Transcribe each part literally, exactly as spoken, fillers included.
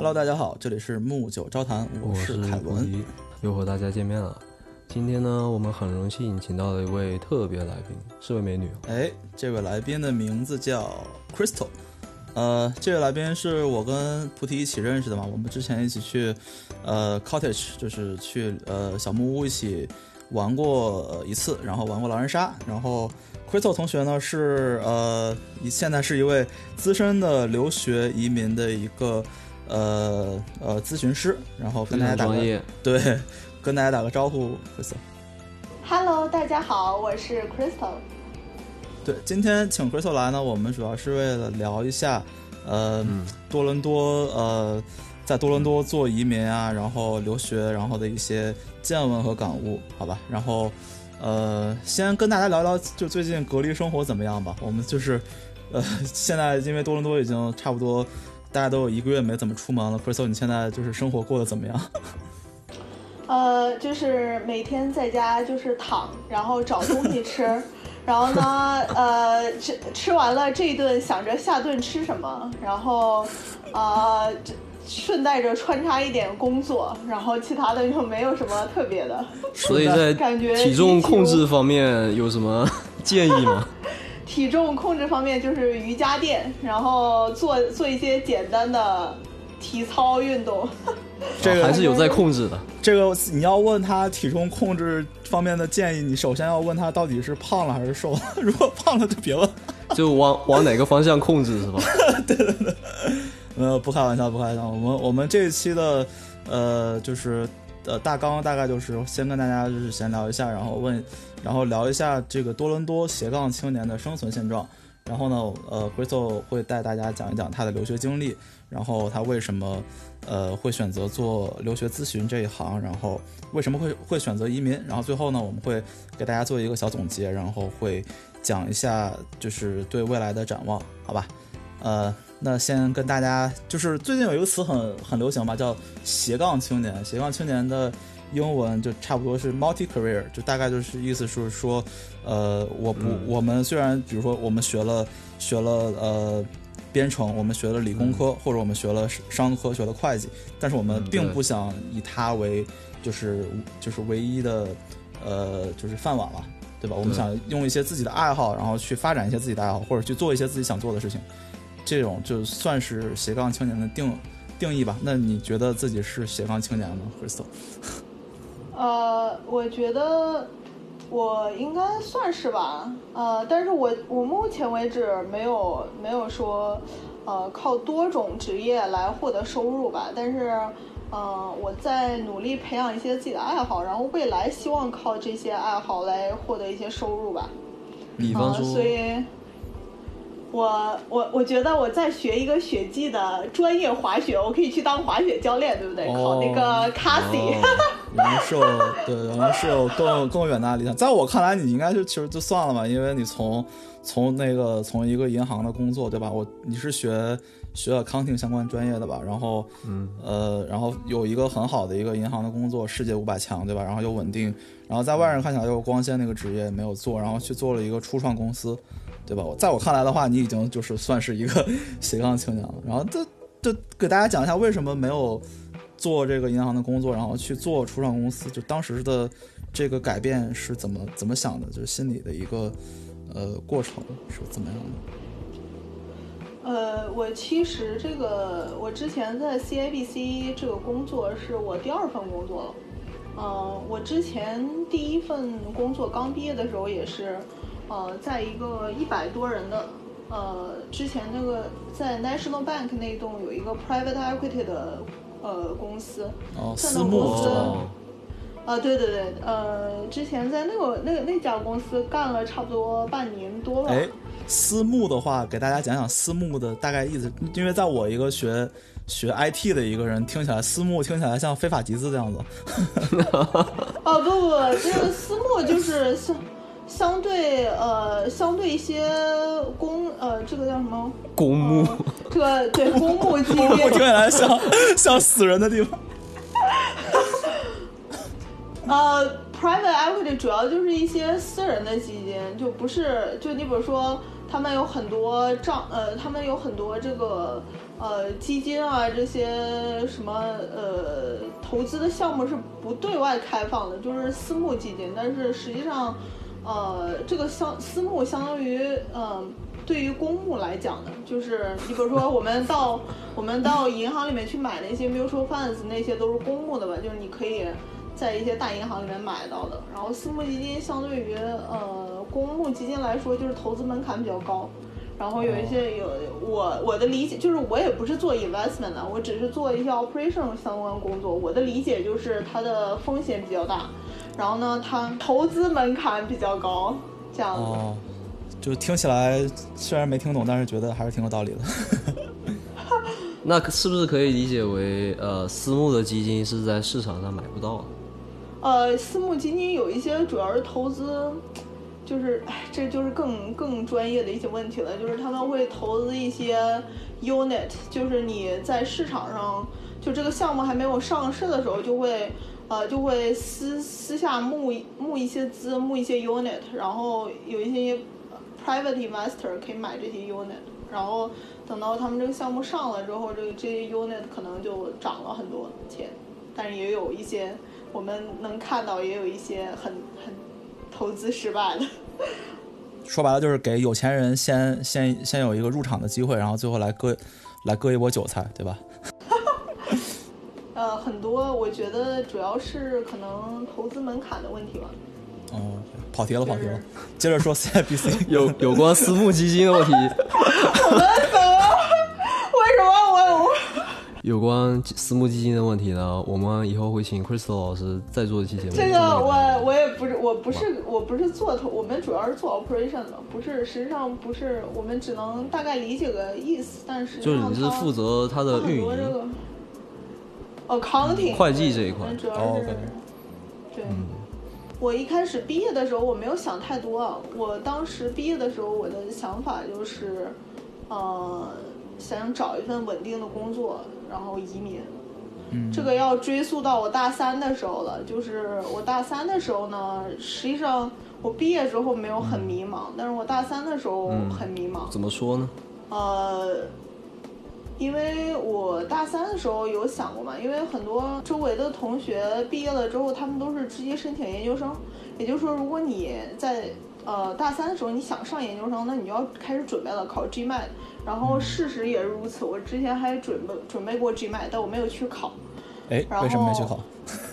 Hello， 大家好，这里是木九招谈，我是凯文， 又和大家见面了。今天呢，我们很荣幸请到了一位特别来宾，是位美女。 哎，这位来宾的名字叫 Crystal。呃，这位来宾是我跟菩提一起认识的嘛，我们之前一起去呃 cottage， 就是去呃小木屋一起玩过、呃、一次，然后玩过狼人杀，然后 Crystal 同学呢是呃现在是一位资深的留学移民的一个呃呃咨询师，然后跟大家打个对跟大家打个招呼 Crystal。Hello， 大家好，我是 Crystal。 对，今天请 Crystal 来呢，我们主要是为了聊一下，呃，嗯、多伦多，呃，在多伦多做移民啊，然后留学，然后的一些见闻和感悟，好吧？然后，呃，先跟大家聊聊，就最近隔离生活怎么样吧？我们就是，呃，现在因为多伦多已经差不多，大家都有一个月没怎么出门了。Crystal， 你现在就是生活过得怎么样？ 呃，就是每天在家就是躺，然后找东西吃。然后呢，呃，吃吃完了这一顿，想着下顿吃什么，然后，呃，顺带着穿插一点工作，然后其他的就没有什么特别的。 所以在体重控制方面有什么建议吗？ 体重控制方面就是瑜伽垫，然后做做一些简单的体操运动。 这个还是有在控制的。 这个你要问他体重控制方面的建议，你首先要问他到底是胖了还是瘦了。如果胖了就别问， 就往往哪个方向控制是吧？ 对对对，呃，不开玩笑，不开玩笑。我们我们这一期的呃就是呃大纲大概就是先跟大家就是闲聊一下，然后问，然后聊一下这个多伦多斜杠青年的生存现状。然后呢，呃 ，Crystal 会带大家讲一讲他的留学经历，然后他为什么呃会选择做留学咨询这一行，然后为什么会会选择移民，然后最后呢，我们会给大家做一个小总结，然后会讲一下就是对未来的展望，好吧？呃，那先跟大家就是最近有一个词很很流行吧，叫斜杠青年，斜杠青年的英文就差不多是 multi career， 就大概就是意思是说，呃，我不、嗯，我们虽然比如说我们学了学了呃编程，我们学了理工科、嗯，或者我们学了商科，学了会计，但是我们并不想以它为就是就是唯一的呃就是饭碗了，对吧？我们想用一些自己的爱好，然后去发展一些自己的爱好，或者去做一些自己想做的事情，这种就算是斜杠青年的定定义吧。那你觉得自己是斜杠青年吗 ，Crystal？ 呃，我觉得我应该算是吧，呃，但是我我目前为止没有没有说，呃，靠多种职业来获得收入吧，但是，呃，我在努力培养一些自己的爱好，然后未来希望靠这些爱好来获得一些收入吧。 比方说， 呃、所以。我我我觉得我在学一个雪季的专业滑雪，我可以去当滑雪教练，对不对？哦、考那个 C A S I。 原来是有对，原来是有更更远大的理想。在我看来，你应该是其实就算了吧，因为你从从那个从一个银行的工作，对吧？我你是学学 accounting 相关专业的吧？然后嗯呃，然后有一个很好的一个银行的工作，世界五百强，对吧？然后又稳定，然后在外人看起来又光鲜那个职业没有做，然后去做了一个初创公司。对吧？在我看来的话，你已经就是算是一个斜杠青年了。然后这这给大家讲一下为什么没有做这个银行的工作，然后去做初创公司，就当时的这个改变是怎么怎么想的，就是心理的一个呃过程是怎么样的。呃，我其实这个我之前在 C I B C 这个工作是我第二份工作了。嗯、呃，我之前第一份工作刚毕业的时候也是。呃，在一个一百多人的，呃，之前那个在 National Bank 那栋有一个 Private Equity 的呃公司， 哦，私募公司， 啊、呃，对对对，呃，之前在那个那个那家公司干了差不多半年多吧。 哎，私募的话，给大家讲讲私募的大概意思，因为在我一个学学 I T 的一个人听起来，私募听起来像非法集资这样子。 哦不不，这个私募就是像。相对呃，相对一些公呃，这个叫什么公募？ 呃、这个对公募基金， 公募听起来像像死人的地方。 呃 ，private equity 主要就是一些私人的基金，就不是就你比如说他们有很多账，呃，他们有很多这个呃基金啊，这些什么呃投资的项目是不对外开放的，就是私募基金。但是实际上，呃，这个相私募相当于嗯、呃，对于公募来讲的，就是你比如说我们到我们到银行里面去买那些 mutual funds， 那些都是公募的吧，就是你可以在一些大银行里面买到的。然后私募基金相对于呃公募基金来说，就是投资门槛比较高。然后有一些有我我的理解就是我也不是做 investment 的，我只是做一些 operation 相关工作。我的理解就是它的风险比较大，然后呢，它投资门槛比较高，这样子。 哦，就听起来虽然没听懂，但是觉得还是挺有道理的。 那是不是可以理解为，呃，私募的基金是在市场上买不到的？ 呃，私募基金有一些主要是投资，就是哎，这就是更更专业的一些问题了。就是他们会投资一些 unit， 就是你在市场上，就这个项目还没有上市的时候，就会呃就会私私下募募一些资，募一些 unit， 然后有一些 private investor 可以买这些 unit， 然后等到他们这个项目上了之后，这个这些 unit 可能就涨了很多钱，但是也有一些我们能看到，也有一些很很投资失败的。 说白了就是给有钱人先先先有一个入场的机会，然后最后来割来割一波韭菜，对吧？ 呃，很多我觉得主要是可能投资门槛的问题吧。 哦，跑题了，跑题了。接着说 C I B C 有有关私募基金的问题。 我们怎么？为什么我我？ 有关私募基金的问题呢，我们以后会请 Crystal 老师再做一期节目。 这个我我也不是，我不是我不是做投，我们主要是做 operation 的，不是，实际上不是，我们只能大概理解个意思，但是就是你是负责它的运营， 这个 accounting 会计这一块， 主要是、 哦、 对。 嗯， 我一开始毕业的时候我没有想太多，我当时毕业的时候我的想法就是，呃，想找一份稳定的工作，然后移民。 嗯， 这个要追溯到我大三的时候了。就是我大三的时候呢，实际上我毕业之后没有很迷茫，嗯、但是我大三的时候很迷茫。 嗯、怎么说呢？ 呃，因为我大三的时候有想过嘛，因为很多周围的同学毕业了之后，他们都是直接申请研究生。也就是说，如果你在呃大三的时候你想上研究生，那你就要开始准备了，考 G M A T。然后事实也如此，我之前还准备准备过 G M A T， 但我没有去考。 哎，为什么没去考？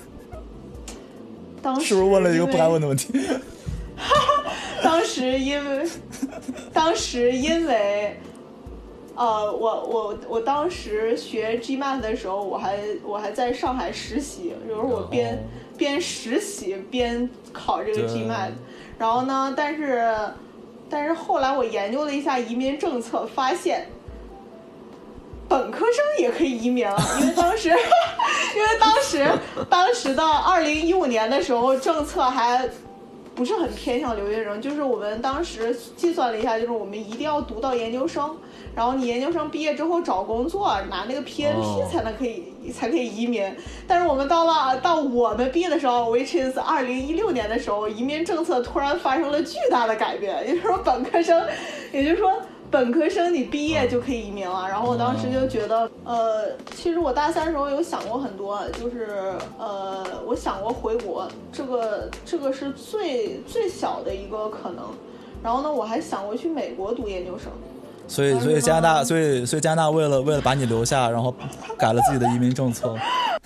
当时是不是问了一个不该问的问题？ 当时因为，当时因为，呃，我我我当时学 G M A T 的时候，我还我还在上海实习，就是我边、哦、边实习边考这个 G M A T。然后呢，但是但是后来我研究了一下移民政策，发现本科生也可以移民了，因为当时，因为当时当时的二零一五年的时候，政策还不是很偏向留学生，就是我们当时计算了一下，就是我们一定要读到研究生，然后你研究生毕业之后找工作，拿那个 P N P 才能可以、哦、才可以移民。但是我们到了到我们毕业的时候 ，which is 二零一六年的时候，移民政策突然发生了巨大的改变，也就是说本科生，也就是说。本科生你毕业就可以移民了，然后我当时就觉得，呃，其实我大三的时候有想过很多，就是呃，我想过回国，这个这个是最最小的一个可能。然后呢，我还想过去美国读研究生。 所以，所以加拿大，所以所以加拿大为了为了把你留下，然后改了自己的移民政策。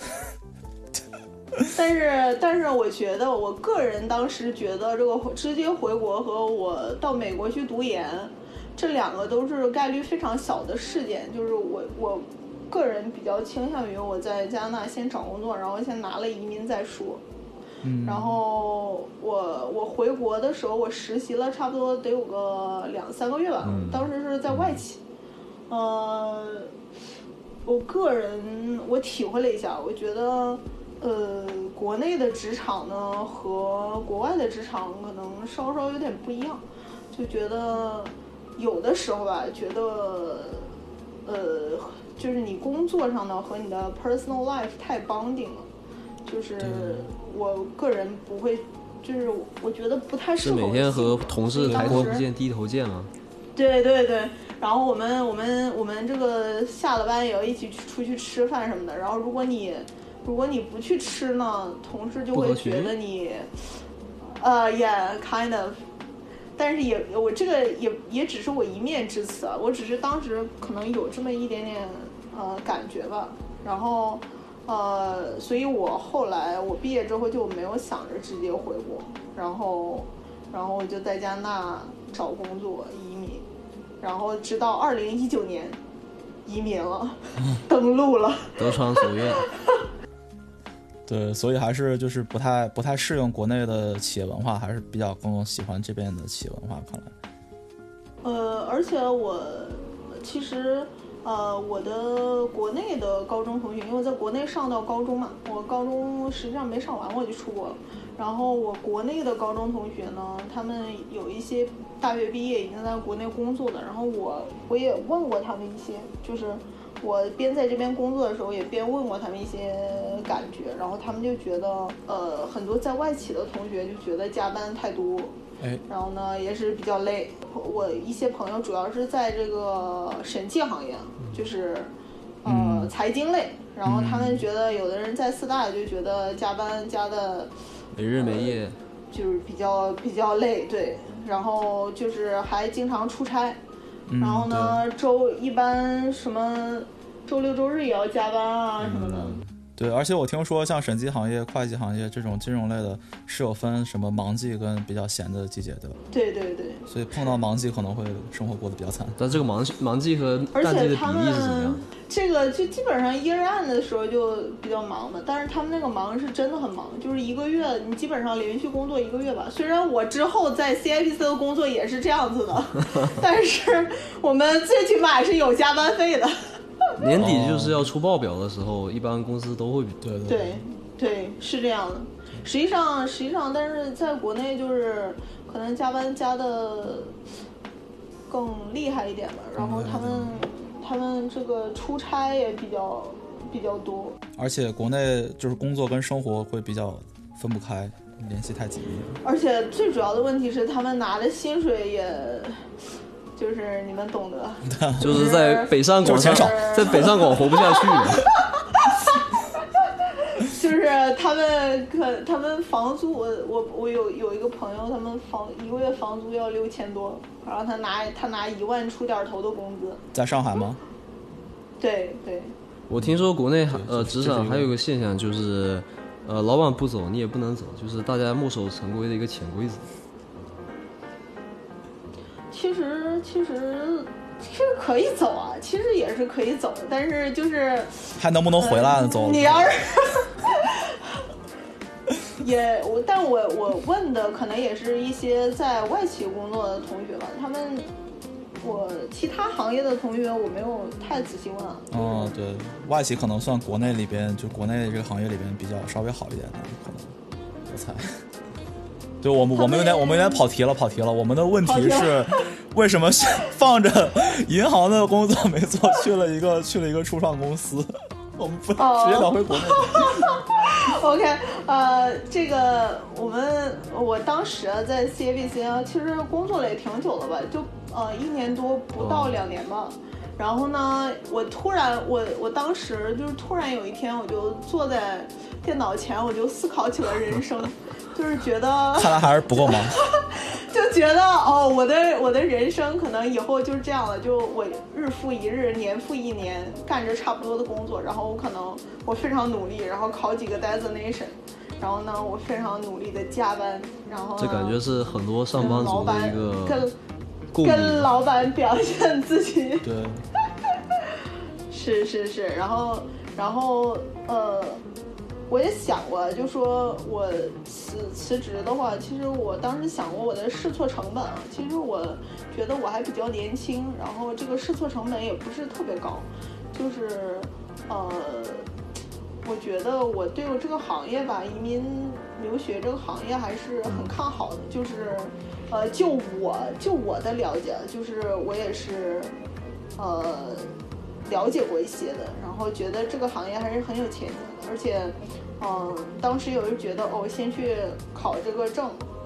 但是，但是我觉得，我个人当时觉得，这个直接回国和我到美国去读研。这两个都是概率非常小的事件，就是我我个人比较倾向于我在加拿大先找工作，然后先拿了移民再说。 嗯， 然后我我回国的时候，我实习了差不多得有个两三个月吧， 嗯、 当时是在外企。呃，我个人我体会了一下，我觉得呃国内的职场呢和国外的职场可能稍稍有点不一样，就觉得。有的时候吧，觉得，呃，就是你工作上呢和你的 personal life 太 bonding 了，就是我个人不会，就是我觉得不太适合。 是每天和同事抬头不见低头见吗？ 对对对，然后我们我们我们这个下了班也要一起出去吃饭什么的。然后如果你如果你不去吃呢，同事就会觉得你，呃、uh, ，yeah kind of。但是也我这个也也只是我一面之词啊，我只是当时可能有这么一点点呃感觉吧。然后呃，所以我后来我毕业之后就没有想着直接回国，然后然后我就在加拿大找工作移民，然后直到二零一九年移民了，登陆了， 得偿所愿。 对，所以还是就是不太不太适应国内的企业文化，还是比较更喜欢这边的企业文化。看来， 呃，而且我其实呃，我的国内的高中同学，因为我在国内上到高中嘛，我高中实际上没上完我就出国了。然后我国内的高中同学呢，他们有一些大学毕业已经在国内工作的，然后我我也问过他们一些，就是我边在这边工作的时候也边问过他们一些感觉，然后他们就觉得呃很多在外企的同学就觉得加班太多， 哎， 然后呢也是比较累。我一些朋友主要是在这个审计行业，就是呃、嗯、财经类，然后他们觉得有的人在四大就觉得加班加的没日没夜、呃、 就是比较比较累，对，然后就是还经常出差。然后呢， 嗯、 周一般什么周六周日也要加班啊什么的。 嗯、对，而且我听说像审计行业、会计行业这种金融类的，是有分什么忙季跟比较闲的季节，对吧？ 对对对。 所以碰到忙季可能会生活过得比较惨。 但这个忙忙季和淡季的比例是怎么样？ 这个就基本上 year end 的时候就比较忙嘛，但是他们那个忙是真的很忙，就是一个月你基本上连续工作一个月吧。虽然我之后在 C I B C 的工作也是这样子的，但是我们最起码是有加班费的。 年底就是要出报表的时候，一般公司都会比对对对对是这样的。实际上实际上，但是在国内就是可能加班加的更厉害一点吧，然后他们。他们这个出差也比较比较多， 而且国内就是工作跟生活会比较分不开，联系太紧密了。 而且最主要的问题是，他们拿的薪水也，就是你们懂得， 就是在北上广上，在北上广活不下去了。 就是他们可他们房租，我我我有有一个朋友，他们房一个月房租要六千多，然后他拿他拿一万出点头的工资。 在上海吗？ 对对。 我听说国内呃职场还有个现象就是，呃老板不走你也不能走，就是大家墨守成规的一个潜规则。 其实其实。其实可以走啊，其实也是可以走，但是就是还能不能回来呢？走、 呃、你要是也我，但我我问的可能也是一些在外企工作的同学吧，他们我其他行业的同学我没有太仔细问啊。 哦，对，外企可能算国内里边就国内这个行业里边比较稍微好一点的，可能我猜。对我们我们有点我们有点跑题了跑题了。我们的问题是，为什么放着银行的工作没做，去了一个去了一个初创公司？我们不直接聊回国内。 Oh. OK， 呃，这个我们我当时在 C A B C 啊，其实工作了也挺久了吧，就呃一年多不到两年吧。Oh. 然后呢，我突然我我当时就是突然有一天，我就坐在电脑前，我就思考起了人生。就是觉得看来还是不够忙就觉得哦，我的我的人生可能以后就是这样了，就我日复一日年复一年干着差不多的工作，然后我可能我非常努力，然后考几个 designation， 然后呢我非常努力的加班，然后这感觉是很多上班族的一个跟跟老板表现自己。 对是是是，然后然后呃我也想过，就说我辞辞职的话，其实我当时想过我的试错成本啊。其实我觉得我还比较年轻，然后这个试错成本也不是特别高，就是呃，我觉得我对我这个行业吧，移民留学这个行业还是很看好的。就是呃，就我就我的了解，就是我也是呃了解过一些的，然后觉得这个行业还是很有前景的。而且，嗯，当时有人觉得哦，先去考这个证，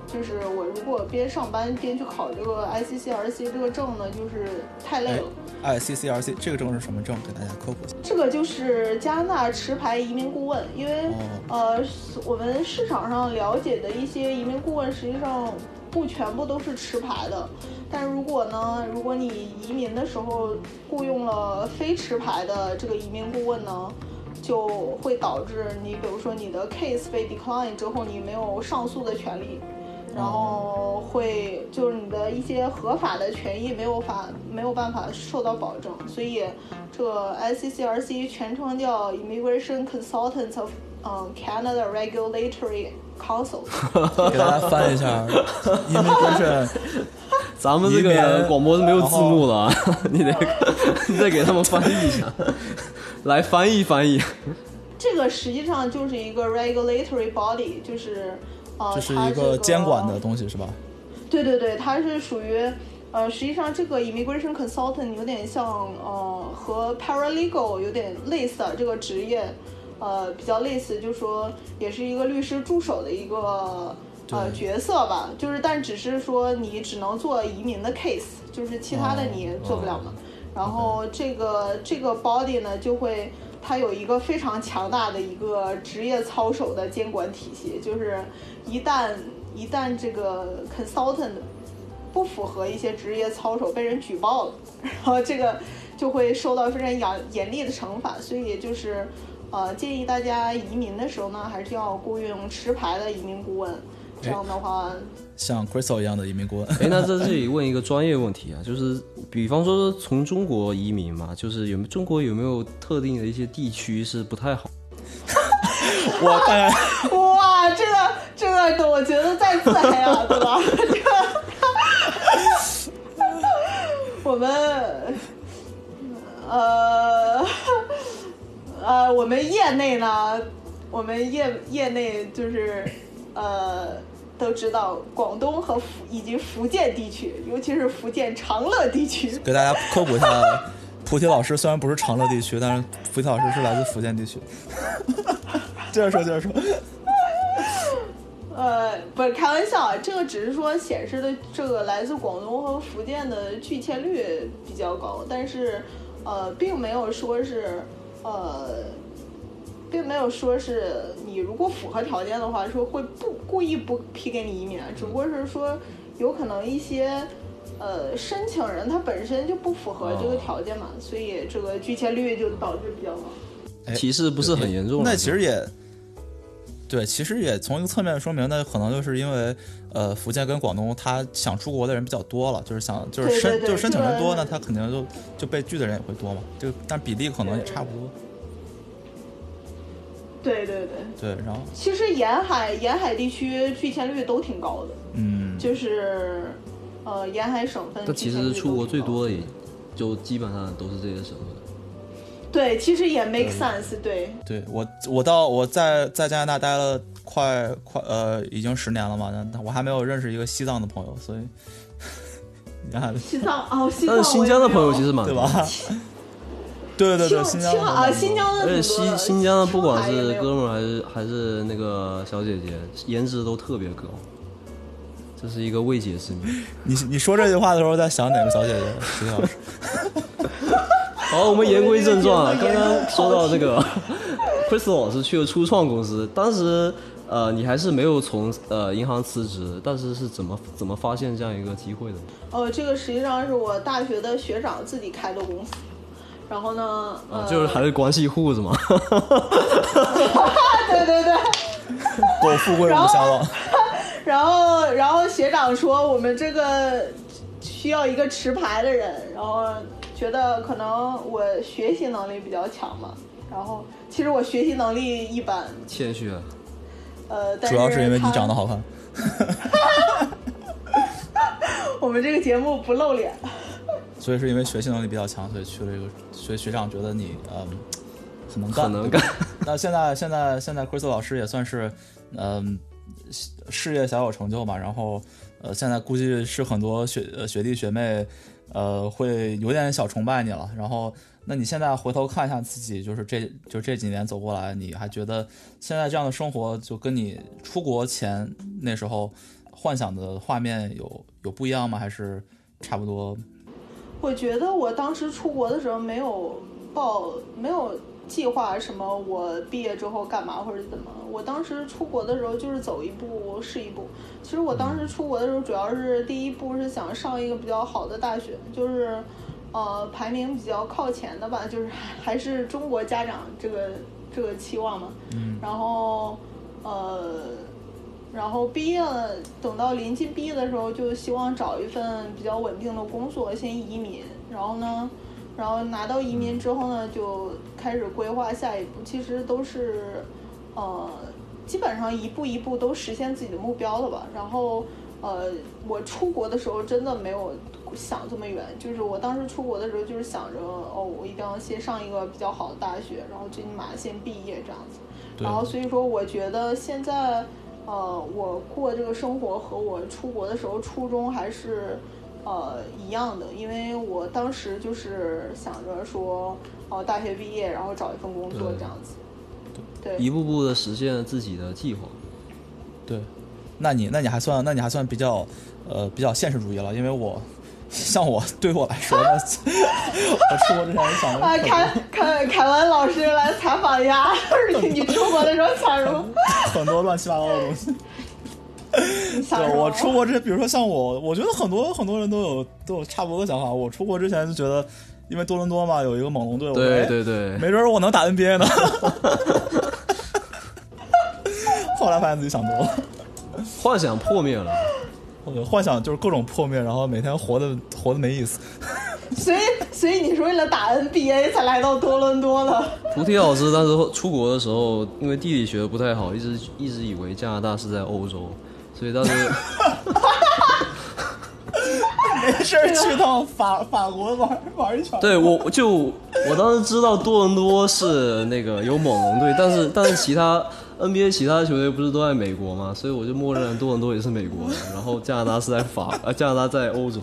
就是我如果边上班边去考这个 I C C R C 这个证呢，就是太累了。 I C C R C 这个证是什么证？给大家科普一下。 这个就是加拿大持牌移民顾问，因为、哦、呃，我们市场上了解的一些移民顾问，实际上不全部都是持牌的。但如果呢，如果你移民的时候雇佣了非持牌的这个移民顾问呢，就会导致你，比如说你的 case 被 decline 之后，你没有上诉的权利。然后会就是你的一些合法的权益没有法没有办法受到保证，所以这个 I C C R C 全称叫 Immigration Consultants of、um, Canada Regulatory Council 给大家翻一下，Immigration 咱们这个广播是没有字幕的，你得你再给他们翻译一下，来翻译翻译。 这个实际上就是一个 regulatory body， 就是。呃， 这是一个监管的东西是吧？ 对对对，它是属于呃，实际上这个 immigration consultant 有点像呃和 paralegal 有点类似的这个职业，呃比较类似，就是说也是一个律师助手的一个呃角色吧，就是但只是说你只能做移民的 case， 就是其他的你做不了嘛。哦哦、然后这个、okay. 这个 body 呢就会。它有一个非常强大的一个职业操守的监管体系，就是一旦一旦这个 consultant 不符合一些职业操守被人举报了，然后这个就会受到非常严严厉的惩罚。所以就是呃建议大家移民的时候呢，还是要雇佣持牌的移民顾问，这样的话。 像 Crystal 一样的移民顾问。 哎，那在这里问一个专业问题啊，就是比方说从中国移民嘛，就是有没有中国有没有特定的一些地区是不太好？ 我当然， 哇，这个这个，我觉得再自黑啊，对吧？这个，我们呃呃，我们业内呢，我们业业内就是呃。都知道广东和福以及福建地区，尤其是福建长乐地区。 给大家科普一下，菩提老师虽然不是长乐地区，但是菩提老师是来自福建地区。接着说，接着说。 呃，不是开玩笑，这个只是说显示的这个来自广东和福建的拒签率比较高，但是呃，并没有说是呃。并没有说是你如果符合条件的话，说会不故意不批给你移民，只不过是说有可能一些呃申请人他本身就不符合这个条件嘛，哦、所以这个拒签率就导致比较高。 歧视不是很严重的。 那其实也对，其实也从一个侧面说明，那可能就是因为呃福建跟广东他想出国的人比较多了，就是想就是申对对对就是申请人多，那他肯定就就被拒的人也会多嘛，就但比例可能也差不多。 对对对对，然后其实沿海沿海地区拒签率都挺高的， 嗯， 就是呃沿海省份。 但其实出国最多的也就基本上都是这些省份。 对，其实也 make sense 对。 对，我我到我在在加拿大待了快快呃已经十年了嘛，但我还没有认识一个西藏的朋友，所以你看西藏哦，西藏但是新疆的朋友其实蛮对吧？对对对，新疆啊，新疆的， 而且新新疆的不管是哥们儿还是还是那个小姐姐，颜值都特别高，这是一个未解之谜。 你你说这句话的时候，在想哪个小姐姐？徐老师。 好，我们言归正传啊，刚刚说到这个 ，Crystal 老师去了初创公司，当时呃你还是没有从呃银行辞职，但是是怎么怎么发现这样一个机会的？ 哦，这个实际上是我大学的学长自己开的公司。然后呢、呃啊，就是还是关系户是吗？ 对对对， 苟富贵无相忘。 然后，然后学长说我们这个需要一个持牌的人，然后觉得可能我学习能力比较强嘛，然后其实我学习能力一般。 谦虚啊。 呃，但是主要是因为你长得好看。 我们这个节目不露脸。 所以是因为学习能力比较强，所以去了一个，所以学长觉得你嗯很能干， 很能干。 那现在现在现在 Crystal 老师也算是嗯事业小有成就嘛，然后呃现在估计是很多学呃学弟学妹呃会有点小崇拜你了。然后那你现在回头看一下自己，就是这就这几年走过来，你还觉得现在这样的生活就跟你出国前那时候幻想的画面有有不一样吗？还是差不多？ 我觉得我当时出国的时候没有报，没有计划什么我毕业之后干嘛或者怎么。我当时出国的时候就是走一步是一步。其实我当时出国的时候，主要是第一步是想上一个比较好的大学，就是呃排名比较靠前的吧，就是还是中国家长这个这个期望嘛。 嗯。 然后呃。然后毕业了，等到临近毕业的时候，就希望找一份比较稳定的工作，先移民。然后呢，然后拿到移民之后呢，就开始规划下一步。其实都是，呃，基本上一步一步都实现自己的目标了吧。然后，呃，我出国的时候真的没有想这么远，就是我当时出国的时候就是想着，哦，我一定要先上一个比较好的大学，然后最起码先毕业这样子。然后所以说，我觉得现在。呃，我过这个生活和我出国的时候初衷还是呃一样的，因为我当时就是想着说，哦、呃，大学毕业，然后找一份工作这样子，对， 一步步的实现自己的计划。 对，那你那你还算那你还算比较呃比较现实主义了，因为我像我对我来说，我出国之前想啊，凯凯凯文老师来采访一下，你出国的时候想什么？ 很多乱七八糟的东西。对，我出国之前，比如说像我，我觉得很多很多人都有都有差不多的想法。我出国之前就觉得，因为多伦多嘛有一个猛龙队， 对对对， 没准我能打 N B A 呢。后来发现自己想多了， 幻想破灭了。 幻想就是各种破灭，然后每天活的活的没意思。 所以，所以你是为了打 N B A 才来到多伦多的？ 菩提老师当时出国的时候，因为地理学的不太好，一直一直以为加拿大是在欧洲，所以当时没事去趟法法国玩玩一圈。 对，我就我当时知道多伦多是那个有猛龙队，但是但是其他。N B A 其他球队不是都在美国吗？所以我就默认多伦多也是美国的，然后加拿大是在法，呃，加拿大在欧洲。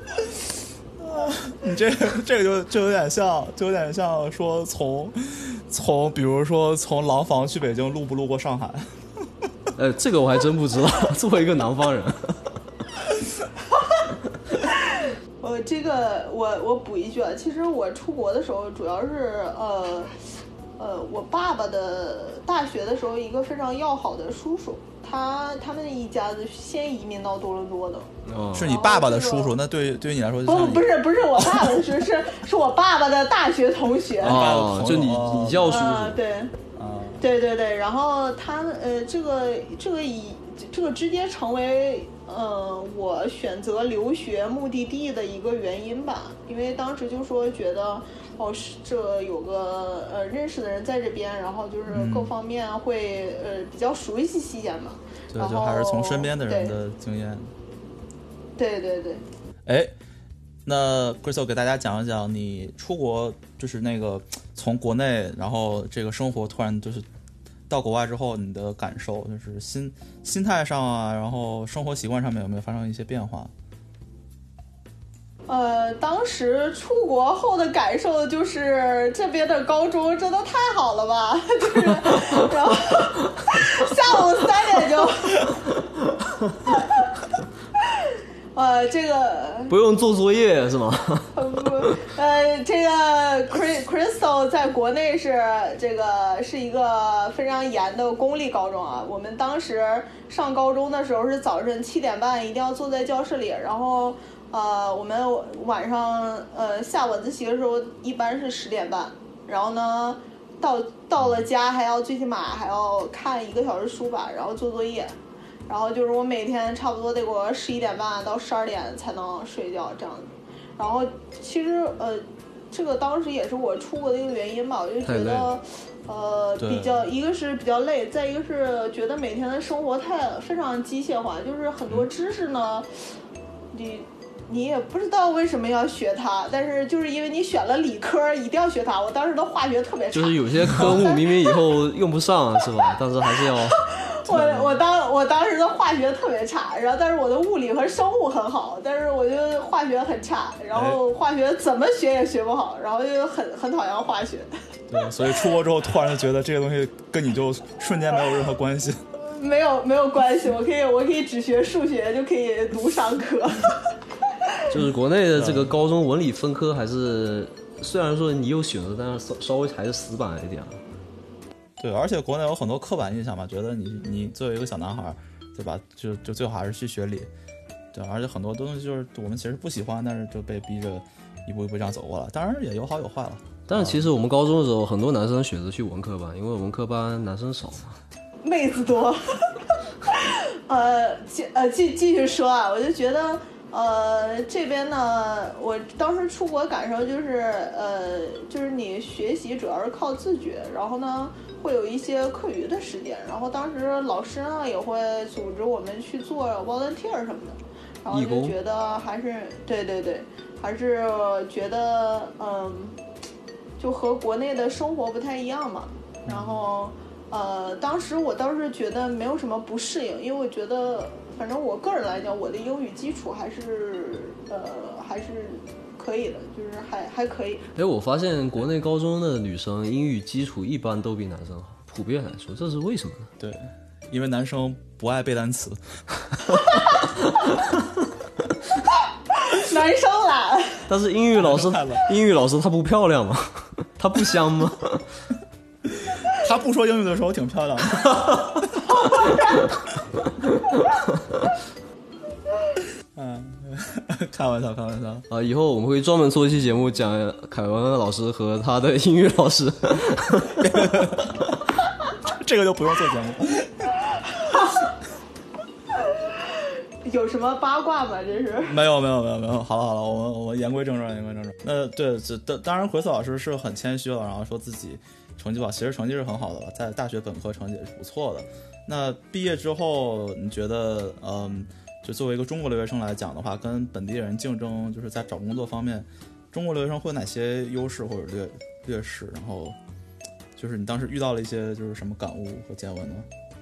你这个这个就就有点像，就有点像说从从比如说从廊坊去北京路不路过上海？ 呃，这个我还真不知道，作为一个南方人。 我这个我我补一句啊，其实我出国的时候主要是呃。呃，我爸爸的大学的时候，一个非常要好的叔叔，他他们一家子先移民到多伦多的。 哦，是你爸爸的叔叔？那对对于你来说就不不是不是我爸爸的叔，是是我爸爸的大学同学。 哦，就你你叫叔叔？ 呃、对， 啊， 对对对，然后他呃，这个这个以这个直接成为呃我选择留学目的地的一个原因吧，因为当时就说觉得。哦，这有个呃认识的人在这边，然后就是各方面会、嗯、呃比较熟悉一点嘛。 对，就还是从身边的人的经验。 对对对。 哎，那 Crystal 给大家讲一讲你出国，就是那个从国内，然后这个生活突然就是到国外之后，你的感受，就是心心态上啊，然后生活习惯上面有没有发生一些变化？ 呃，当时出国后的感受就是这边的高中真的太好了吧，就是，然后下午三点就，呃，这个不用做作业是吗？ 呃，这个 Crystal 在国内是这个是一个非常严的公立高中啊。我们当时上高中的时候是早晨七点半一定要坐在教室里，然后。呃，我们晚上呃下晚自习的时候一般是十点半，然后呢，到到了家还要最起码还要看一个小时书吧，然后做作业，然后就是我每天差不多得给我十一点半到十二点才能睡觉这样子，然后其实呃，这个当时也是我出国的一个原因吧，我就觉得呃比较一个是比较累，再一个是觉得每天的生活太非常机械化，就是很多知识呢，你。你也不知道为什么要学它，但是就是因为你选了理科，一定要学它。我当时的化学特别差， 就是有些科目明明以后用不上，是吧？但是还是要。 我我当我当时的化学特别差，然后但是我的物理和生物很好，但是我就化学很差，然后化学怎么学也学不好，然后就很很讨厌化学。 对，所以出国之后突然就觉得这个东西跟你就瞬间没有任何关系。 没有没有关系，我可以我可以只学数学就可以读商科。 就是国内的这个高中文理分科还是虽然说你有选择，但是稍稍微还是死板一点。 对，而且国内有很多刻板印象嘛，觉得你你作为一个小男孩，对吧？就就最好还是去学理。对，而且很多东西就是我们其实不喜欢，但是就被逼着一步一步这样走过来。当然也有好有坏了。 但是其实我们高中的时候，很多男生选择去文科班，因为文科班男生少嘛， 妹子多。呃，继呃继继续说啊，我就觉得。呃，这边呢，我当时出国感受就是，呃，就是你学习主要是靠自觉，然后呢，会有一些课余的时间，然后当时老师呢也会组织我们去做 volunteer 什么的，然后就觉得还是对对对，还是觉得嗯，就和国内的生活不太一样嘛，然后呃，当时我倒是觉得没有什么不适应，因为我觉得。反正我个人来讲，我的英语基础还是呃还是可以的，就是还还可以。 哎，我发现国内高中的女生英语基础一般都比男生好，普遍来说，这是为什么呢？ 对，因为男生不爱背单词。 男生懒。 但是英语老师，英语老师她不漂亮吗？她不香吗？ 她不说英语的时候挺漂亮的。嗯，开玩笑，开玩笑啊！以后我们会专门做一期节目讲凯文老师和他的英语老师。 这个就不用做节目。 有什么八卦吗？这是没有没有没有没有。好了好了，我们我们言归正传，言归正传。那对，这当然奎斯老师是很谦虚了，然后说自己成绩吧，其实成绩是很好的了，在大学本科成绩也是不错的。那毕业之后，你觉得，嗯，就作为一个中国留学生来讲的话，跟本地人竞争，就是在找工作方面，中国留学生会有哪些优势或者劣劣势？然后，就是你当时遇到了一些就是什么感悟和见闻呢？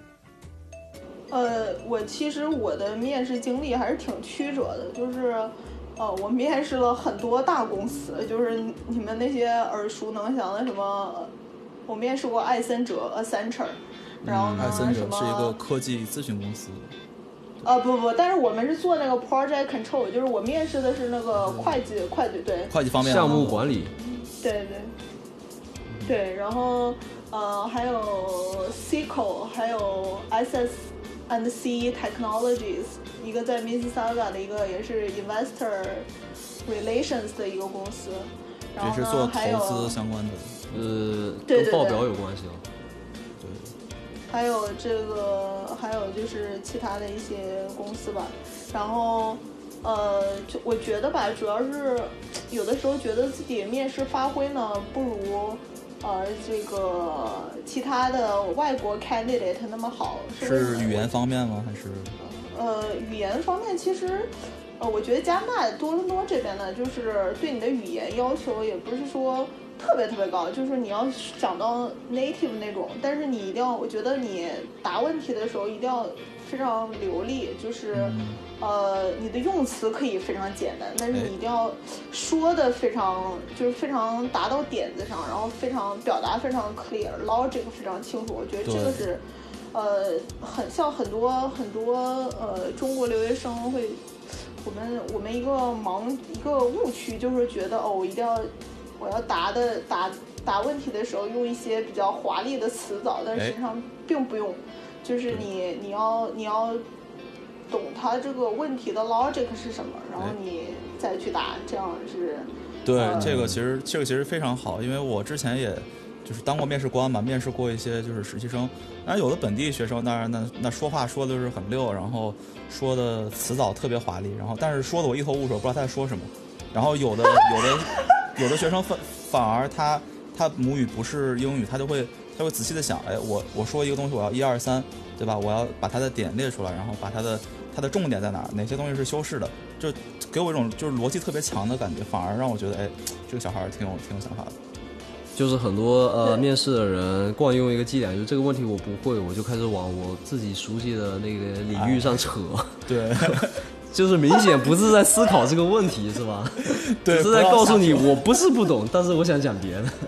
呃，我其实我的面试经历还是挺曲折的，就是，呃，我面试了很多大公司，就是你们那些耳熟能详的什么，我面试过艾森哲 Accenture。然后呢？ 艾森哲是一个科技咨询公司。 呃，不不，但是我们是做那个 project control， 就是我面试的是那个会计，嗯、会计对。 会计方面。 项目管理。 对对。对，然后呃还有 C I C O， 还有 S S and C Technologies， 一个在 Mississauga 的一个也是 investor relations 的一个公司。然后也是做投资相关的。 呃，跟报表有关系了。 还有这个，还有就是其他的一些公司吧。然后，呃，就我觉得吧，主要是有的时候觉得自己面试发挥呢不如呃这个其他的外国 candidate 那么好。 是语言方面吗？还是？ 呃，语言方面其实，呃，我觉得加拿大多伦多这边呢，就是对你的语言要求也不是说。特别特别高，就是你要讲到 native 那种，但是你一定要，我觉得你答问题的时候一定要非常流利，就是、嗯、呃，你的用词可以非常简单，但是你一定要说的非常，就是非常达到点子上，然后非常表达非常 clear，logic 非常清楚。我觉得这个是，呃，很像很多很多呃中国留学生会，我们我们一个盲一个误区就是觉得哦，我一定要。我要答的答答问题的时候用一些比较华丽的词藻，但实际上并不用，就是你你要你要懂它这个问题的 logic 是什么，然后你再去答，这样是。 对，呃、这个其实这个其实非常好，因为我之前也就是当过面试官嘛，面试过一些就是实习生，当然有的本地学生，当然那那说话说的是很溜，然后说的词藻特别华丽，然后但是说的我一头雾水，不知道他在说什么，然后有的有的。有的学生反反而他他母语不是英语，他就会他会仔细的想，哎，我我说一个东西我要一二三，对吧？我要把它的点列出来，然后把它的它的重点在哪儿，哪些东西是修饰的，就给我一种就是逻辑特别强的感觉，反而让我觉得，哎，这个小孩挺有挺有想法的。 就是很多呃面试的人惯用一个伎俩，就是这个问题我不会，我就开始往我自己熟悉的那个领域上扯。 哎、对。 就是明显不是在思考这个问题，是吧？ 对， 只是在告诉你我不是不懂，但是我想讲别的。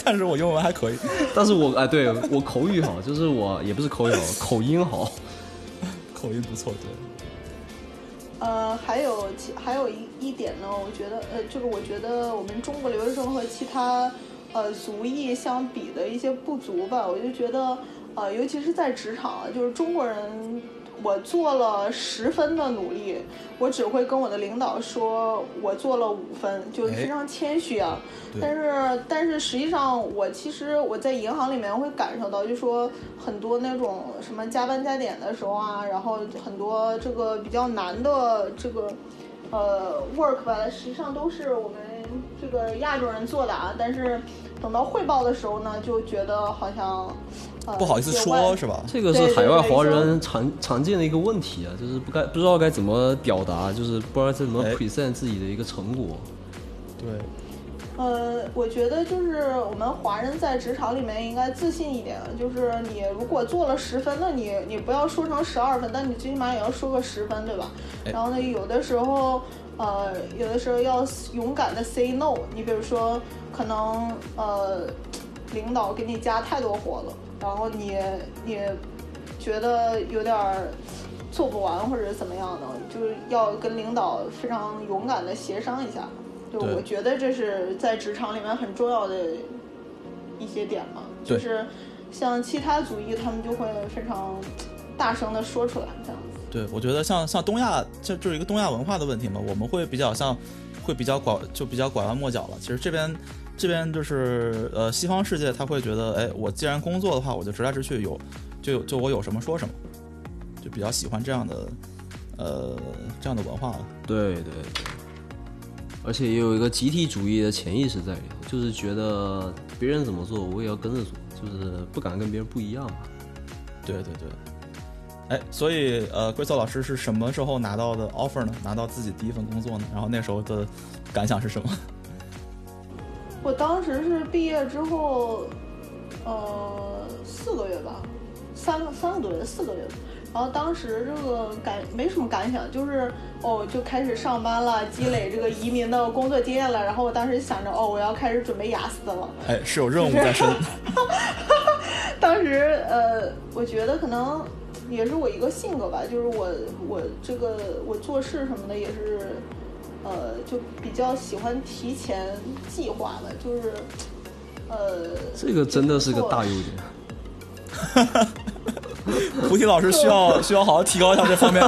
但是我英文还可以。 但是我哎，对我口语好，就是我也不是口语好，口音好， 口音不错，对。 呃，还有其还有一一点呢，我觉得呃，就是我觉得我们中国留学生和其他呃族裔相比的一些不足吧，我就觉得呃，尤其是在职场，就是中国人。我做了十分的努力，我只会跟我的领导说我做了五分，就非常谦虚啊。但是但是实际上我其实我在银行里面会感受到，就说很多那种什么加班加点的时候啊，然后很多这个比较难的这个呃 work 吧，实际上都是我们这个亚洲人做的啊。但是等到汇报的时候呢，就觉得好像。 不好意思说，是吧？ 这个是海外华人常常见的一个问题啊，就是不该不知道该怎么表达，就是不知道怎么 present 自己的一个成果。 对。 呃，我觉得就是我们华人在职场里面应该自信一点，就是你如果做了十分，那你你不要说成十二分，但你最起码也要说个十分，对吧？然后呢，有的时候呃，有的时候要勇敢的 say no。你比如说，可能呃，领导给你加太多活了。然后你你觉得有点做不完或者怎么样的，就是要跟领导非常勇敢的协商一下。就我觉得这是在职场里面很重要的一些点嘛。就是像其他族裔他们就会非常大声的说出来这样子。 对，我觉得像像东亚，这就是一个东亚文化的问题嘛。我们会比较像会比较拐就比较拐弯抹角了。其实这边。这边就是呃，西方世界他会觉得，哎，我既然工作的话，我就直来直去，有就有就我有什么说什么，就比较喜欢这样的呃这样的文化了。 对对对，而且也有一个集体主义的潜意识在里头，就是觉得别人怎么做，我也要跟着做，就是不敢跟别人不一样嘛。 对对对。哎，所以呃，龟嫂老师是什么时候拿到的 offer 呢？拿到自己第一份工作呢？然后那时候的感想是什么？ 我当时是毕业之后，呃，四个月吧，三个三个多月，四个月。然后当时这个感没什么感想，就是哦，就开始上班了，积累这个移民的工作经验了。然后我当时想着，哦，我要开始准备雅思的了。 哎，是有任务在身。 当时呃，我觉得可能也是我一个性格吧，就是我我这个我做事什么的也是。呃，就比较喜欢提前计划的，就是，呃， 这个真的是个大优点。 菩提老师需要需要好好提高一下这方面。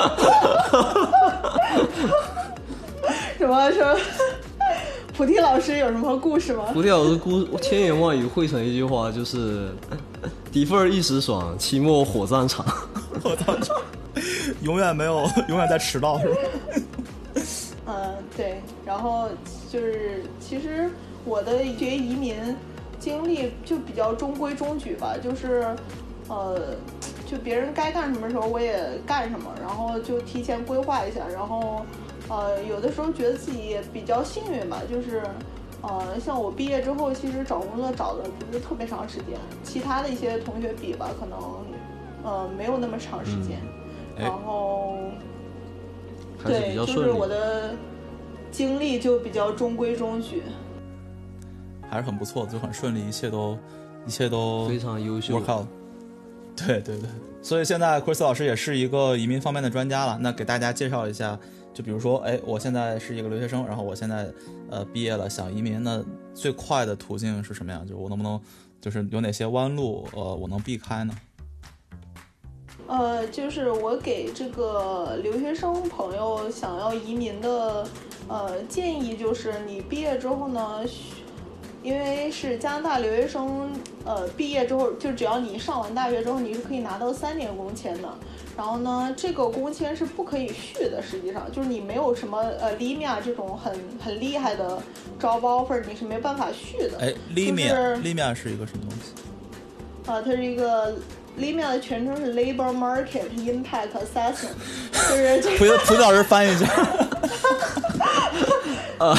什么说？菩提老师有什么故事吗？ 菩提老师故千言万语汇成一句话，就是底份一时爽，期末火葬场。 火葬场，永远没有，永远在迟到，是吧？ 嗯，对，然后就是其实我的学移民经历就比较中规中矩吧，就是呃，就别人该干什么时候我也干什么，然后就提前规划一下，然后呃，有的时候觉得自己也比较幸运吧，就是呃，像我毕业之后，其实找工作找的不是特别长时间，其他的一些同学比吧，可能呃没有那么长时间， 嗯、 然后。 对， 就是我的经历就比较中规中矩， 还是很不错的，就很顺利，一切都一切都非常优秀 work out。对对对，所以现在 Chris 老师也是一个移民方面的专家了。那给大家介绍一下，就比如说，哎，我现在是一个留学生，然后我现在呃毕业了，想移民，那最快的途径是什么样？就我能不能就是有哪些弯路呃我能避开呢？ 呃，就是我给这个留学生朋友想要移民的呃建议，就是你毕业之后呢，因为是加拿大留学生，呃，毕业之后就只要你上完大学之后，你是可以拿到三年工签的。然后呢，这个工签是不可以续的，实际上就是你没有什么呃 L I M I A 这种很很厉害的 job offer， 你是没办法续的。 哎 ，L I M I A L I M I A 是一个什么东西？ 啊，它是一个 L I M I A 的全称是 Labor Market Impact Assessment， 就是这个。蒲老师翻译一下。 啊，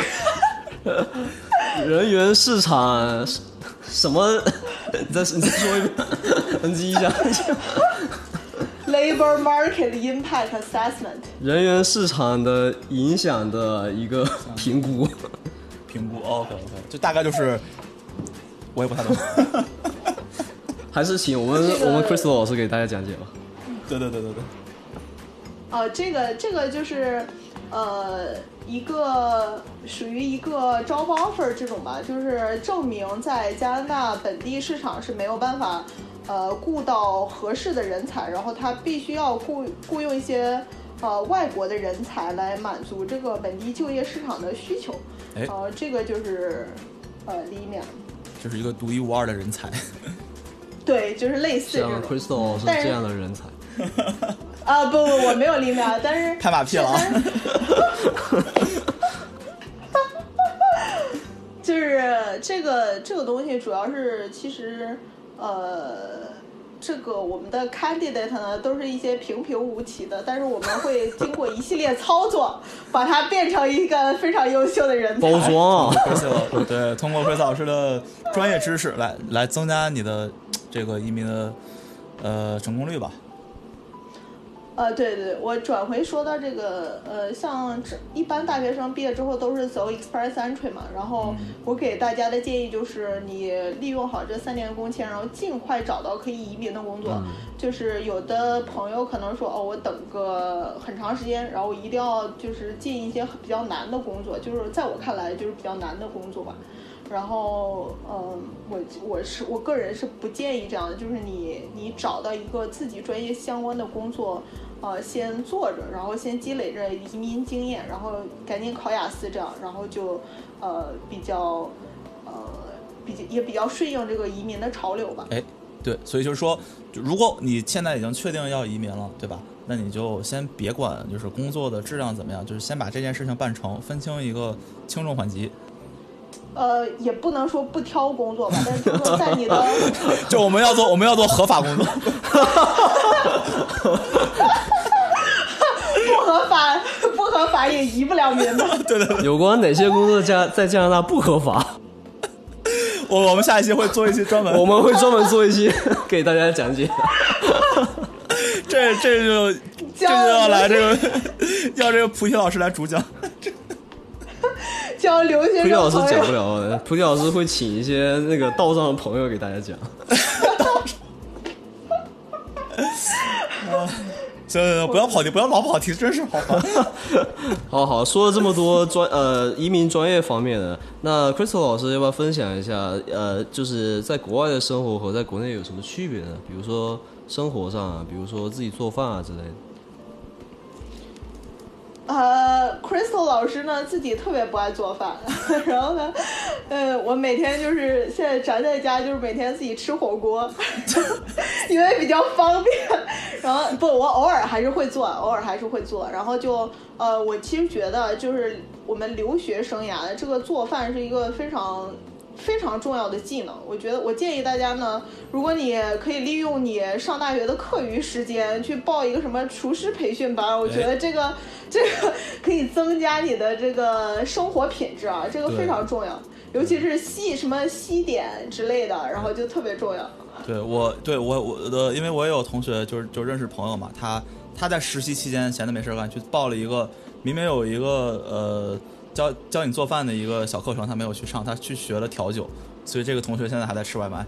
人员市场什么？你再你再说一遍，N G 一下。 Labor Market Impact Assessment， 人员市场的影响的一个评估。 评估 ，OK OK，就大概就是我也不太懂。 还是请我们、这个、我们 Crystal 老师给大家讲解吧。 对对对对对。 哦，这个这个就是，呃，一个属于一个 job offer 这种吧，就是证明在加拿大本地市场是没有办法，呃，雇到合适的人才，然后他必须要雇雇佣一些呃外国的人才来满足这个本地就业市场的需求。呃，这个就是呃里面， 就是一个独一无二的人才。 对，就是类似这种。 像 Crystal 老师这样的人才。 啊不不，我没有零秒，但是拍马屁了。 就是这个这个东西主要是其实呃，这个我们的 candidate 呢都是一些平平无奇的，但是我们会经过一系列操作，把它变成一个非常优秀的人才。 包装。 对，通过Chris老师的专业知识来来增加你的这个移民的呃成功率吧。 呃，对对，我转回说到这个，呃，像一般大学生毕业之后都是走 Express Entry 嘛，然后我给大家的建议就是，你利用好这三年工签，然后尽快找到可以移民的工作。嗯、就是有的朋友可能说，哦，我等个很长时间，然后我一定要就是进一些比较难的工作，就是在我看来就是比较难的工作吧。然后，嗯，我我是我个人是不建议这样的，就是你你找到一个自己专业相关的工作。呃，先做着，然后先积累着移民经验，然后赶紧考雅思，这样，然后就呃比较呃比较也比较顺应这个移民的潮流吧。 哎，对，所以就是说，如果你现在已经确定要移民了，对吧？那你就先别管就是工作的质量怎么样，就是先把这件事情办成，分清一个轻重缓急。 呃，也不能说不挑工作吧，但是就是说在你的就我们要做我们要做合法工作。 不合法不合法也移不了民的。 对对对。 有关哪些工作加在加拿大不合法？ 我我们下一期会做一期专门， 我们会专门做一期给大家讲解。 这这就这就要来这个要这个菩提老师来主讲。 教留学生。 菩提老师讲不了，菩提老师会请一些那个道上的朋友给大家讲。 行行行，不要跑题，不要老跑题，真是好烦。 好好说了这么多专呃移民专业方面的，那 Crystal 老师要不要分享一下呃，就是在国外的生活和在国内有什么区别呢？比如说生活上啊，比如说自己做饭啊之类的。 呃 ，Crystal 老师呢自己特别不爱做饭，然后呢，呃，我每天就是现在宅在家，就是每天自己吃火锅，因为比较方便。然后不，我偶尔还是会做，偶尔还是会做。然后就呃，我其实觉得就是我们留学生涯这个做饭是一个非常。非常重要的技能，我觉得我建议大家呢，如果你可以利用你上大学的课余时间去报一个什么厨师培训班，我觉得这个这个可以增加你的这个生活品质啊，这个非常重要，尤其是西什么西点之类的，然后就特别重要。 对我对我我的，因为我也有同学就是就认识朋友嘛，他他在实习期间闲的没事干，去报了一个明明有一个呃。教教你做饭的一个小课程，他没有去上，他去学了调酒，所以这个同学现在还在吃外卖。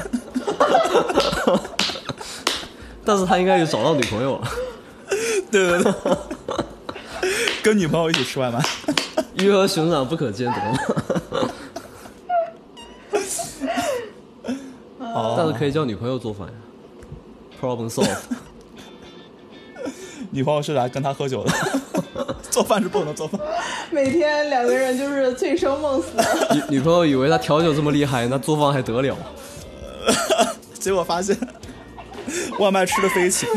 但是他应该也找到女朋友了。 对对对，跟女朋友一起吃外卖。 鱼和熊掌不可兼得。 哦， 但是可以叫女朋友做饭呀。Problem solved。 女朋友是来跟他喝酒的。做饭是不能做饭， 每天两个人就是醉生梦死。 女女朋友以为他调酒这么厉害，那做饭还得了？ 结果发现外卖吃的飞起。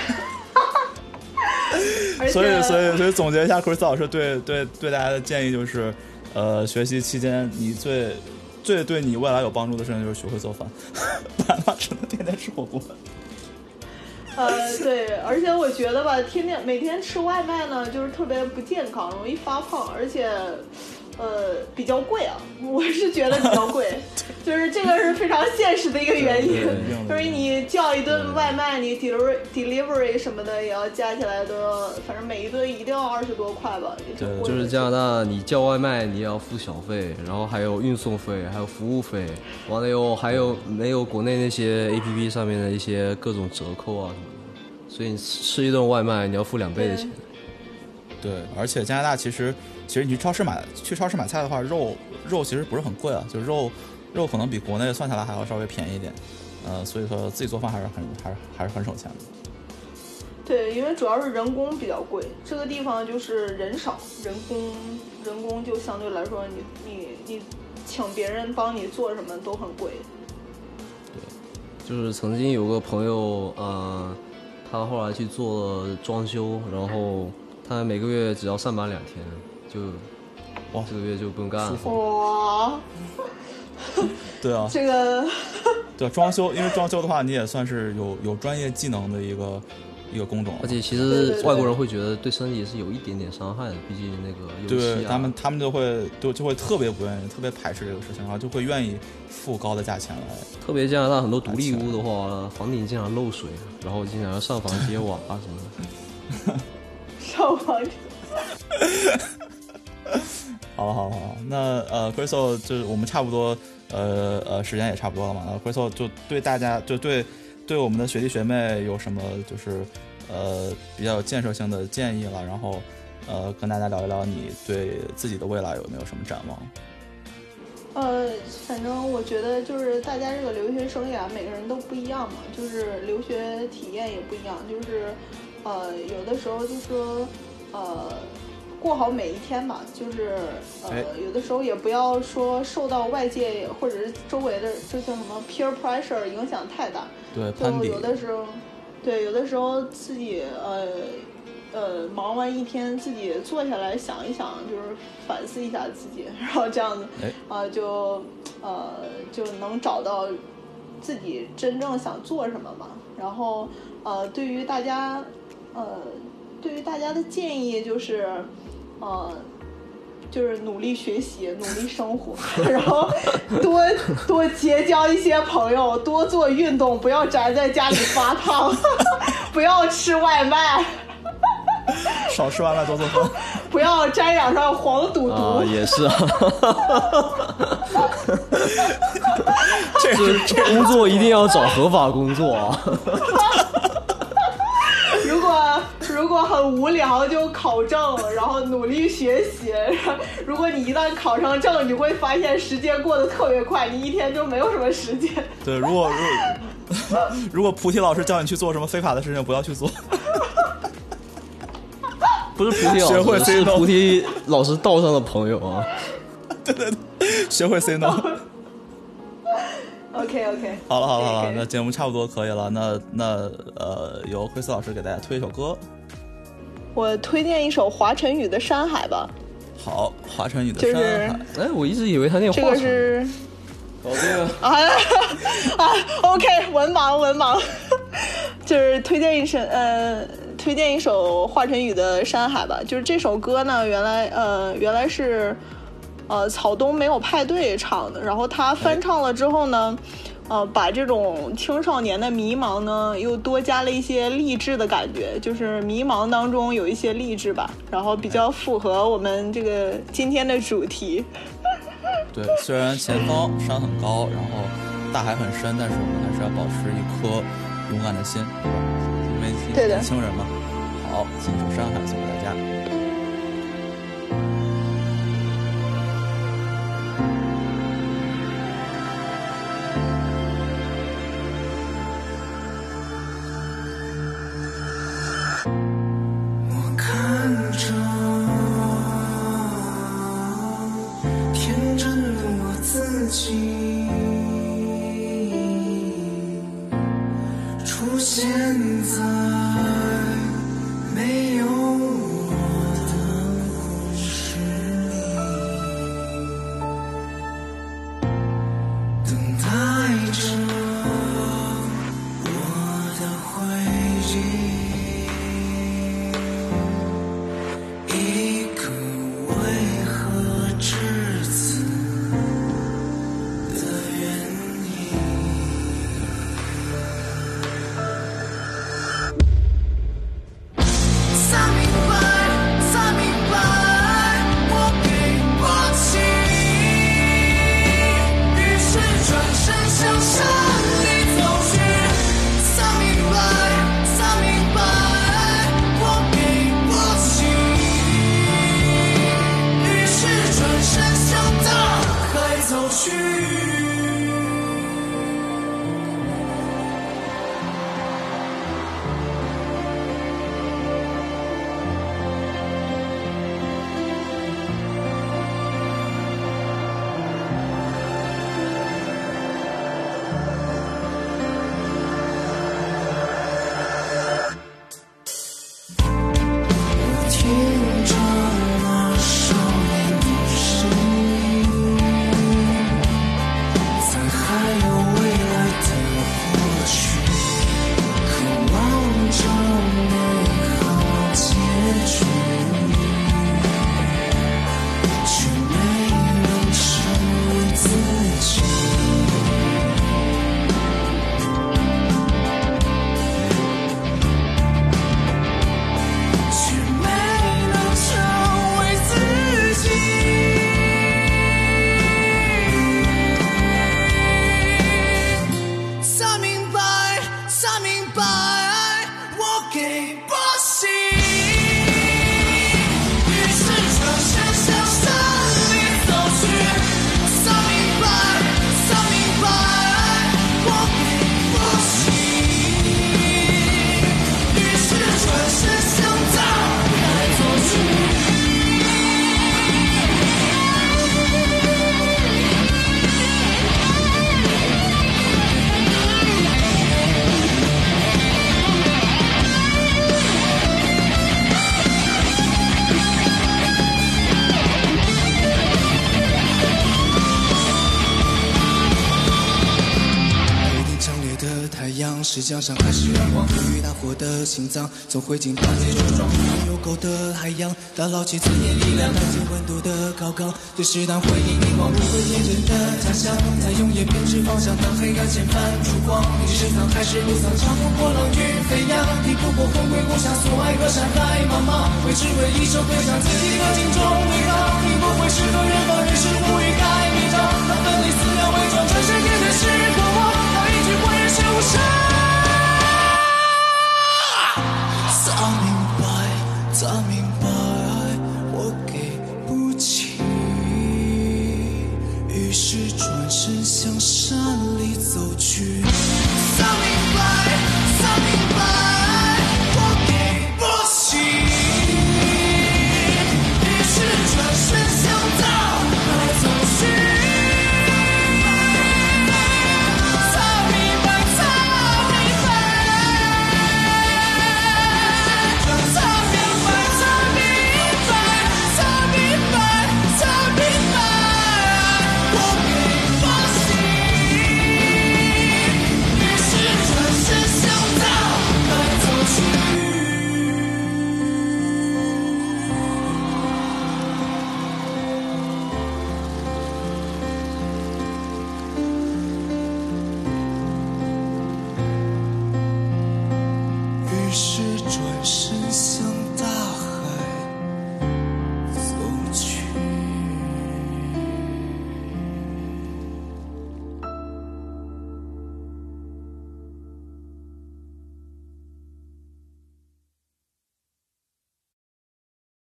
所以，所以，所以总结一下 ，Chris 老师对对对大家的建议就是，呃，学习期间你最最对你未来有帮助的事情就是学会做饭，不然的话只能天天吃火锅。 呃，对，而且我觉得吧，天天每天吃外卖呢，就是特别不健康，容易发胖，而且， 呃，比较贵啊，我是觉得比较贵，就是这个是非常现实的一个原因，就是你叫一顿外卖，你 delivery delivery 什么的也要加起来都要，反正每一顿一定要二十多块吧。 对，就是加拿大，你叫外卖你也要付小费，然后还有运送费，还有服务费，完了以后还有没有国内那些 A P P 上面的一些各种折扣啊什么的，所以你吃一顿外卖你要付两倍的钱。 对，而且加拿大其实，其实你去超市买去超市买菜的话，肉肉其实不是很贵啊，就肉肉可能比国内算下来还要稍微便宜一点，呃，所以说自己做饭还是很还是还是很省钱的。 对，因为主要是人工比较贵，这个地方就是人少，人工人工就相对来说你，你你你请别人帮你做什么都很贵。 对，就是曾经有个朋友，呃，他后来去做了装修，然后。他每个月只要上班两天，就哇，这个月就不用干了。 哇， 对啊， 这个对装修，因为装修的话，你也算是有有专业技能的一个一个工种。 而且其实外国人会觉得对身体是有一点点伤害的，毕竟那个油漆啊， 对他们他们就会就就会特别不愿意，特别排斥这个事情，然后就会愿意付高的价钱来。 特别加拿大很多独立屋的话，房顶经常漏水，然后经常要上房揭瓦啊什么的。 上房好了好了好了，那呃 Crystal 就是我们差不多呃呃时间也差不多了嘛，那 Crystal 就对大家就对对我们的学弟学妹有什么就是呃比较有建设性的建议了，然后呃跟大家聊一聊你对自己的未来有没有什么展望？ 呃，反正我觉得就是大家这个留学生涯每个人都不一样嘛，就是留学体验也不一样，就是呃有的时候就说呃过好每一天吧，就是呃有的时候也不要说受到外界或者是周围的就叫什么 peer pressure 影响太大， 对， 就有的时候对有的时候自己呃呃，忙完一天，自己坐下来想一想，就是反思一下自己，然后这样子，啊、呃，就呃就能找到自己真正想做什么嘛。然后呃，对于大家，呃，对于大家的建议就是，呃，就是努力学习，努力生活，然后多多结交一些朋友，多做运动，不要宅在家里发胖，不要吃外卖。 少吃外卖多做饭， 不要沾染上黄赌毒、 啊、也是啊这这工作一定要找合法工作啊如果如果很无聊就考证，然后努力学习，如果你一旦考上证，你会发现时间过得特别快，你一天就没有什么时间。 对，如果如果如果菩提老师叫你去做什么非法的事情，不要去做。 不是菩提老师，是菩提老师道上的朋友啊。 对对对，学会 say no。 OK OK。 好了好了好了，那节目差不多可以了。那那呃，由惠斯老师给大家推一首歌。 我推荐一首华晨宇的《山海》吧。 好，华晨宇的《山海》。 哎、就是，我一直以为他念华晨。 这个是。 搞定了。 啊啊 ！OK， 文盲文盲，就是推荐一首呃。推荐一首华晨宇的《山海》吧，就是这首歌呢，原来呃原来是呃草东没有派对唱的，然后他翻唱了之后呢，呃把这种青少年的迷茫呢又多加了一些励志的感觉，就是迷茫当中有一些励志吧，然后比较符合我们这个今天的主题。 对，虽然前方山很高，然后大海很深，但是我们还是要保持一颗勇敢的心，对吧？因为年轻人嘛。好，送首《山海》送给大家。 我看着天真的我自己出现在没有我的故事里，等待着我的回忆，一个为何只去。是江山还是阳光？风雨大火的心脏，从灰烬把结茁壮。有狗的海洋，打捞起尊严力量，看见温度的高岗，对适当回应凝望，不会天真的家乡，在用叶偏执方向，当黑暗前泛烛光。你是深藏还是不藏？长风破浪与飞扬，你不过魂归故乡，所爱和山海茫茫，为只为一首歌唱自己的心中美好。你不会是个人放任是无语盖弥彰，那分离思量伪装，真实面对是过往，那一句浑然是无声。他明白，他明白，我给不起，于是转身向山里走去。